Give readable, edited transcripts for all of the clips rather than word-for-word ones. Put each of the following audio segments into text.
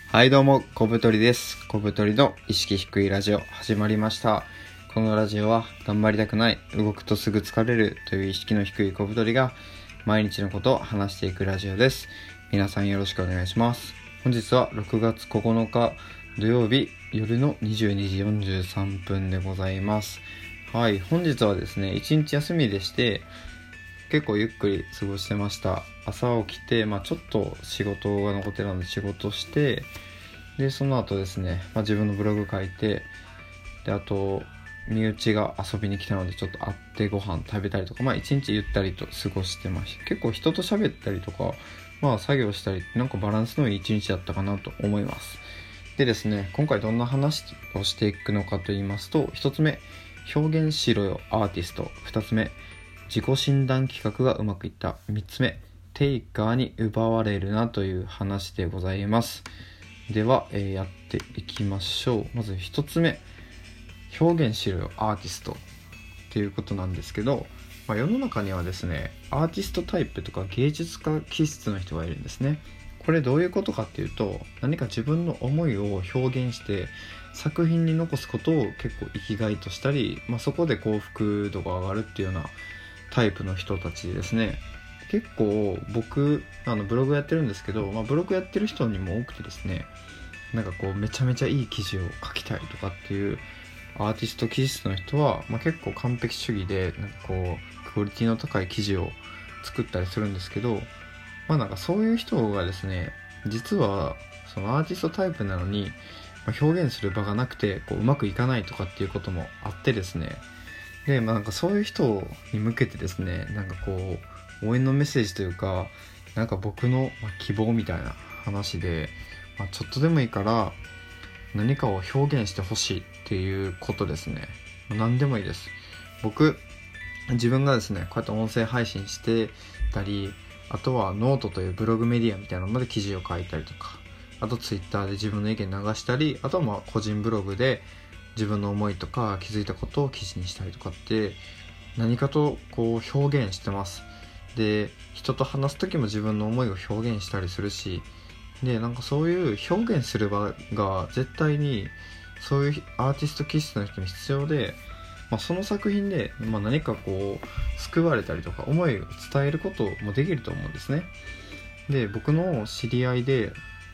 はいどうも、小太りです。小太りの意識低いラジオ始まりました。このラジオは頑張りたくない、動くとすぐ疲れるという意識の低い小太りが毎日のことを話していくラジオです。皆さんよろしくお願いします。本日は6月9日土曜日夜の22時43分でございます。はい、本日はですね、一日休みでして結構ゆっくり過ごしてました。朝起きて、ちょっと仕事が残ってたので仕事して、でその後ですね、自分のブログ書いて、であと身内が遊びに来たのでちょっと会ってご飯食べたりとか、一日ゆったりと過ごしてました。結構人と喋ったりとか、作業したり、なんかバランスのいい一日だったかなと思います。でですね、今回どんな話をしていくのかと言いますと、1つ目、表現しろよアーティスト。2つ目、自己診断企画がうまくいった。3つ目、テイカーに奪われるなという話でございます。では、やっていきましょう。まず1つ目、表現しろよアーティストっていうことなんですけど、世の中にはですね、アーティストタイプとか芸術家気質の人がいるんですね。これどういうことかっていうと、何か自分の思いを表現して作品に残すことを結構生きがいとしたり、そこで幸福度が上がるっていうようなタイプの人たちですね。結構僕ブログやってるんですけど、ブログやってる人にも多くてですね、めちゃめちゃいい記事を書きたいとかっていうアーティスト気質の人は、結構完璧主義でクオリティの高い記事を作ったりするんですけど、そういう人がですね、実はそのアーティストタイプなのに、表現する場がなくてうまくいかないとかっていうこともあってですね。で、そういう人に向けてですね、応援のメッセージというか、僕の希望みたいな話で、ちょっとでもいいから何かを表現してほしいっていうことですね。何でもいいです。自分がですね、こうやって音声配信してたり、あとはノートというブログメディアみたいなので記事を書いたりとか、あとツイッターで自分の意見流したり、あとは個人ブログで自分の思いとか気づいたことを記事にしたりとかって、何かと表現してます。で、人と話す時も自分の思いを表現したりするし、でそういう表現する場が絶対にそういうアーティスト気質の人に必要で、その作品で、何か救われたりとか思いを伝えることもできると思うんですね。で、僕の知り合いで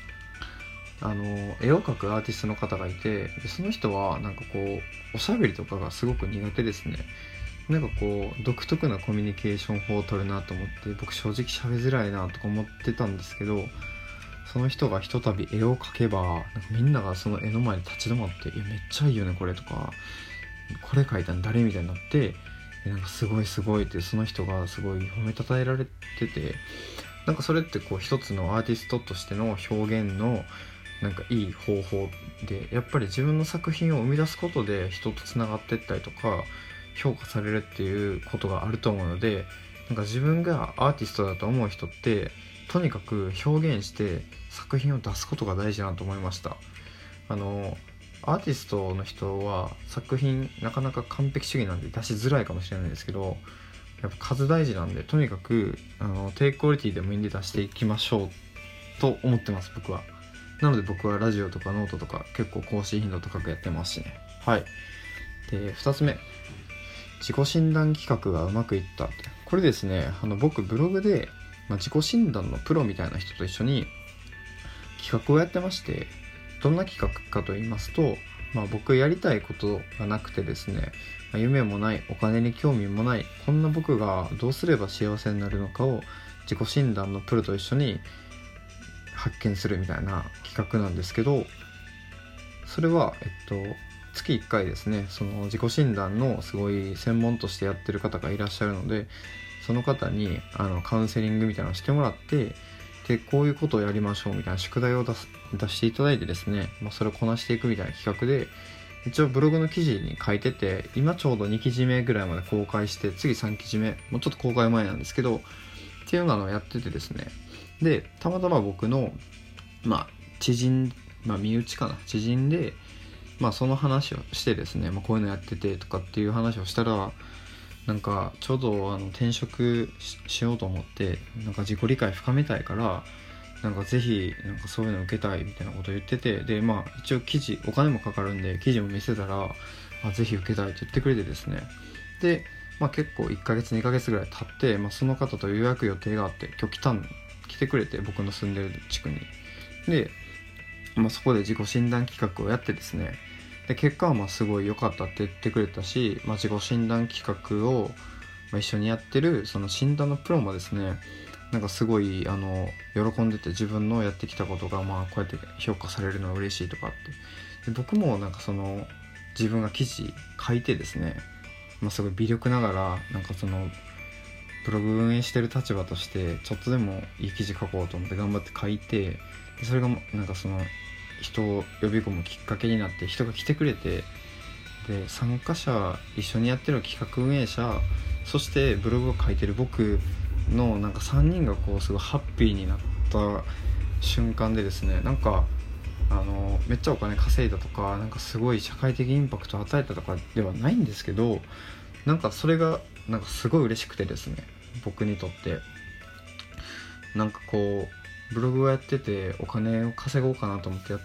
絵を描くアーティストの方がいて、でその人はおしゃべりとかがすごく苦手ですね。独特なコミュニケーション法を取るなと思って、僕正直喋りづらいなとか思ってたんですけど、その人がひとたび絵を描けばみんながその絵の前に立ち止まって、いやめっちゃいいよねこれとか、これ描いたの誰みたいになって、すごいすごいってその人がすごい褒めたたえられてて、それって一つのアーティストとしての表現のいい方法で、やっぱり自分の作品を生み出すことで人とつながっていったりとか評価されるっていうことがあると思うので、自分がアーティストだと思う人ってとにかく表現して作品を出すことが大事だなと思いました。アーティストの人は作品なかなか完璧主義なんで出しづらいかもしれないですけど、やっぱ数大事なんで、とにかく低クオリティでもいいんで出していきましょうと思ってます、僕は。なので僕はラジオとかノートとか結構更新頻度高くやってますしね。はい。で、2つ目、自己診断企画がうまくいった。これですね、僕ブログで、自己診断のプロみたいな人と一緒に企画をやってまして、どんな企画かと言いますと、僕やりたいことがなくてですね、夢もない、お金に興味もない、こんな僕がどうすれば幸せになるのかを自己診断のプロと一緒に発見するみたいな企画なんですけど、それは月1回ですね、その自己診断のすごい専門としてやってる方がいらっしゃるので、その方にカウンセリングみたいなのをしてもらって、でこういうことをやりましょうみたいな宿題を出していただいてですね、それをこなしていくみたいな企画で、一応ブログの記事に書いてて、今ちょうど2記事目ぐらいまで公開して、次3記事目もうちょっと公開前なんですけどっていうのをやっててですね、でたまたま僕の知人、身内かな、知人でその話をしてですね、こういうのやっててとかっていう話をしたら、ちょうど転職 しようと思って自己理解深めたいからなんかぜひなんかそういうの受けたいみたいなことを言ってて、で一応記事お金もかかるんで記事も見せたらぜひ受けたいって言ってくれてですね、で結構1ヶ月2ヶ月ぐらい経って、その方と予約予定があって今日来てくれて、僕の住んでる地区に。で、そこで自己診断企画をやってですね、で結果はすごい良かったって言ってくれたし、自己診断企画を一緒にやってるその診断のプロもですね、なんかすごい喜んでて、自分のやってきたことがこうやって評価されるのは嬉しいとかって。で僕もなんかその自分が記事書いてですね、すごい微力ながらなんかそのブログ運営してる立場としてちょっとでもいい記事書こうと思って頑張って書いて、でそれがなんかその人を呼び込むきっかけになって人が来てくれて、で参加者、一緒にやってる企画運営者、そしてブログを書いてる僕のなんか3人がこうすごいハッピーになった瞬間でですね、なんかめっちゃお金稼いだとか、なんかすごい社会的インパクトを与えたとかではないんですけど、なんかそれがなんかすごい嬉しくてですね、僕にとってなんかこうブログをやっててお金を稼ごうかなと思ってやって、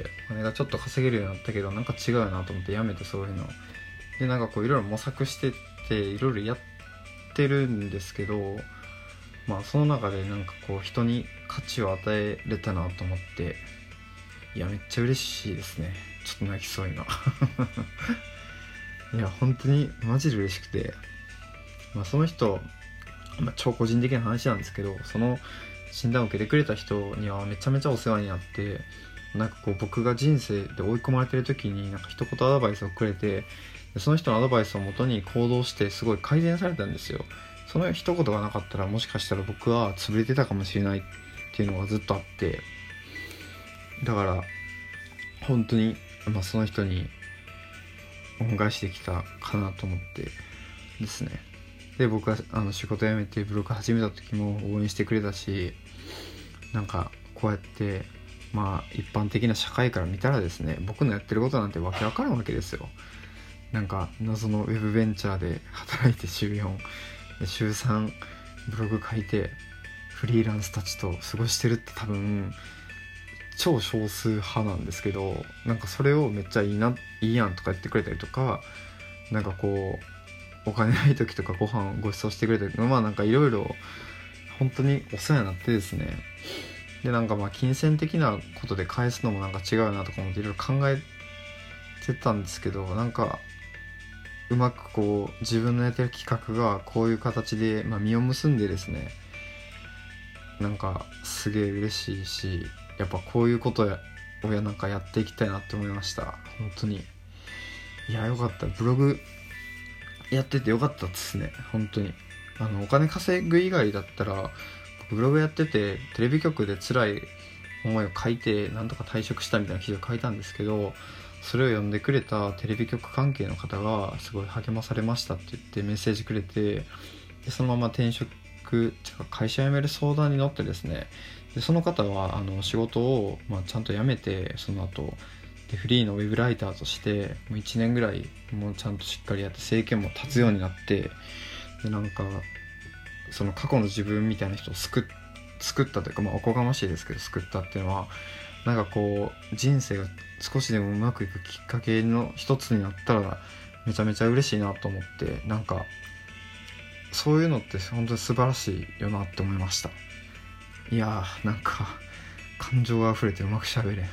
お金がちょっと稼げるようになったけどなんか違うなと思ってやめて、そういうのでなんかこういろいろ模索してっていろいろやってるんですけど、その中でなんかこう人に価値を与えれたなと思って、いやめっちゃ嬉しいですね。ちょっと泣きそう今いや本当にマジで嬉しくて、その人、超個人的な話なんですけど、その診断を受けてくれた人にはめちゃめちゃお世話になって、なんかこう僕が人生で追い込まれてる時になんか一言アドバイスをくれて、その人のアドバイスをもとに行動してすごい改善されたんですよ。その一言がなかったらもしかしたら僕は潰れてたかもしれないっていうのがずっとあって、だから本当に、その人に恩返しできたかなと思ってですね。で僕は仕事辞めてブログ始めた時も応援してくれたし、なんかこうやって一般的な社会から見たらですね、僕のやってることなんてわけわからんわけですよ。なんか謎のウェブベンチャーで働いて週4週3ブログ書いてフリーランスたちと過ごしてるって多分超少数派なんですけど、なんかそれをめっちゃいいやんとか言ってくれたりとか、なんかこうお金ない時とかご飯ご馳走してくれたりとか、なんかいろいろ本当にお世話になってですね、でなんか金銭的なことで返すのもなんか違うなとか思っていろいろ考えてたんですけど、なんかうまくこう自分のやってる企画がこういう形で実を結んでですね、なんかすげえ嬉しいし、やっぱこういうことをなんかやっていきたいなって思いました。本当にいやよかった、ブログやっててよかったですね。本当にお金稼ぐ以外だったら、僕ブログやっててテレビ局で辛い思いを書いてなんとか退職したみたいな記事を書いたんですけど、それを読んでくれたテレビ局関係の方がすごい励まされましたって言ってメッセージくれて、でそのまま転職会社辞める相談に乗ってですね、でその方は仕事をちゃんと辞めて、その後でフリーのウェブライターとしてもう1年ぐらいもうちゃんとしっかりやって政権も立つようになって、でなんかその過去の自分みたいな人を救ったというか、おこがましいですけど救ったっていうのは、なんかこう人生が少しでもうまくいくきっかけの一つになったらめちゃめちゃ嬉しいなと思って、なんかそういうのって本当に素晴らしいよなって思いました。いやーなんか感情が溢れてうまくしゃべれんい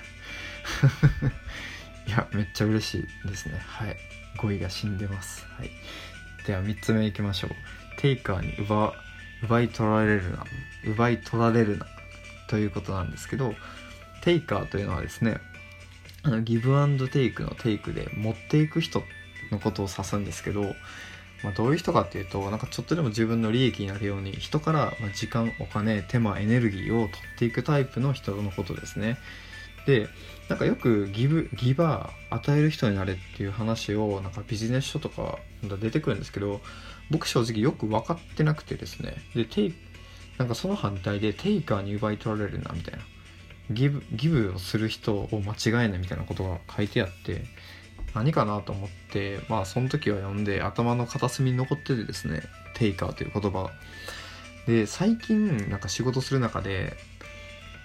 やめっちゃ嬉しいですね。はい、語彙が死んでます。はい、では3つ目いきましょう。テイカーに奪い取られるなということなんですけど、テイカーというのはですね、ギブアンドテイクのテイクで持っていく人のことを指すんですけど、どういう人かっていうと、なんかちょっとでも自分の利益になるように人から時間、お金、手間、エネルギーを取っていくタイプの人のことですね。でなんかよくギバー、与える人になれっていう話をなんかビジネス書とか出てくるんですけど、僕正直よく分かってなくてですね、でなんかその反対でテイカーに奪い取られるなみたいな、ギブをする人を間違えないみたいなことが書いてあって、何かなと思って、その時は読んで頭の片隅に残っててですね、テイカーという言葉で、最近なんか仕事する中で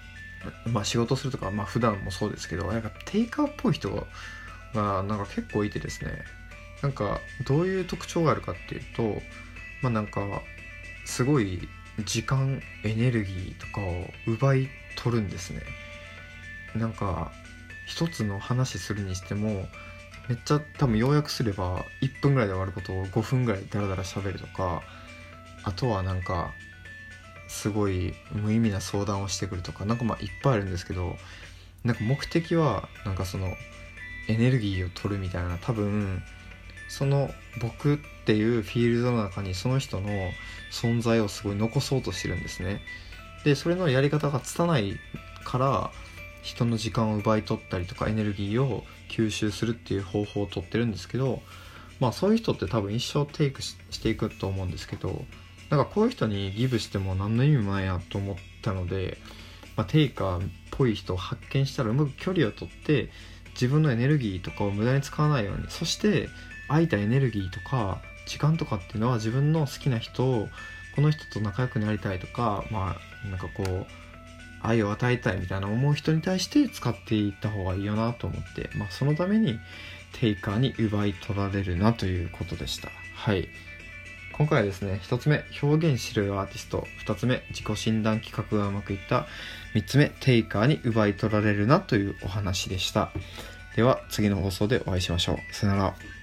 仕事するとか、普段もそうですけど、なんかテイカーっぽい人がなんか結構いてですね、なんかどういう特徴があるかっていうと、なんかすごい時間エネルギーとかを奪い取るんですね。なんか一つの話するにしてもめっちゃ多分要約すれば1分ぐらいで終わることを5分ぐらいダラダラ喋るとか、あとはなんかすごい無意味な相談をしてくるとか、なんかいっぱいあるんですけど、なんか目的はなんかそのエネルギーを取るみたいな、多分その僕っていうフィールドの中にその人の存在をすごい残そうとしてるんですね。でそれのやり方が拙いから人の時間を奪い取ったりとかエネルギーを吸収するっていう方法を取ってるんですけど、そういう人って多分一生テイクしていくと思うんですけど、なんかこういう人にギブしても何の意味もないなと思ったので、テイカーっぽい人を発見したらうまく距離を取って自分のエネルギーとかを無駄に使わないように、そして空いたエネルギーとか時間とかっていうのは自分の好きな人をこの人と仲良くなりたいとか、なんかこう愛を与えたいみたいな思う人に対して使っていった方がいいよなと思って、そのためにテイカーに奪い取られるなということでした。はい。今回はですね、1つ目表現しろよアーティスト、2つ目自己診断企画がうまくいった、3つ目テイカーに奪い取られるなというお話でした。では次の放送でお会いしましょう。さよなら。